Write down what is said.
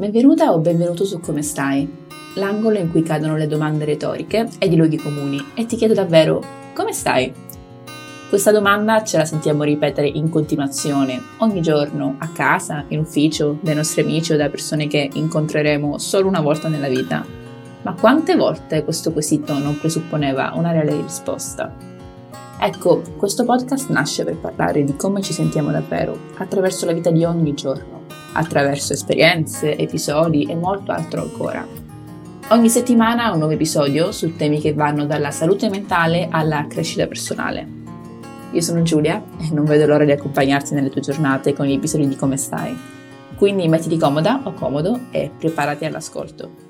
benvenuta o benvenuto su Come stai? L'angolo in cui cadono le domande retoriche e i luoghi comuni e ti chiedo davvero come stai? Questa domanda ce la sentiamo ripetere in continuazione, ogni giorno, a casa, in ufficio, dai nostri amici o da persone che incontreremo solo una volta nella vita. Ma quante volte questo quesito non presupponeva una reale risposta? Ecco, questo podcast nasce per parlare di come ci sentiamo davvero, attraverso la vita di ogni giorno, attraverso esperienze, episodi e molto altro ancora. Ogni settimana un nuovo episodio su temi che vanno dalla salute mentale alla crescita personale. Io sono Giulia e non vedo l'ora di accompagnarti nelle tue giornate con gli episodi di Come stai. Quindi mettiti comoda o comodo e preparati all'ascolto.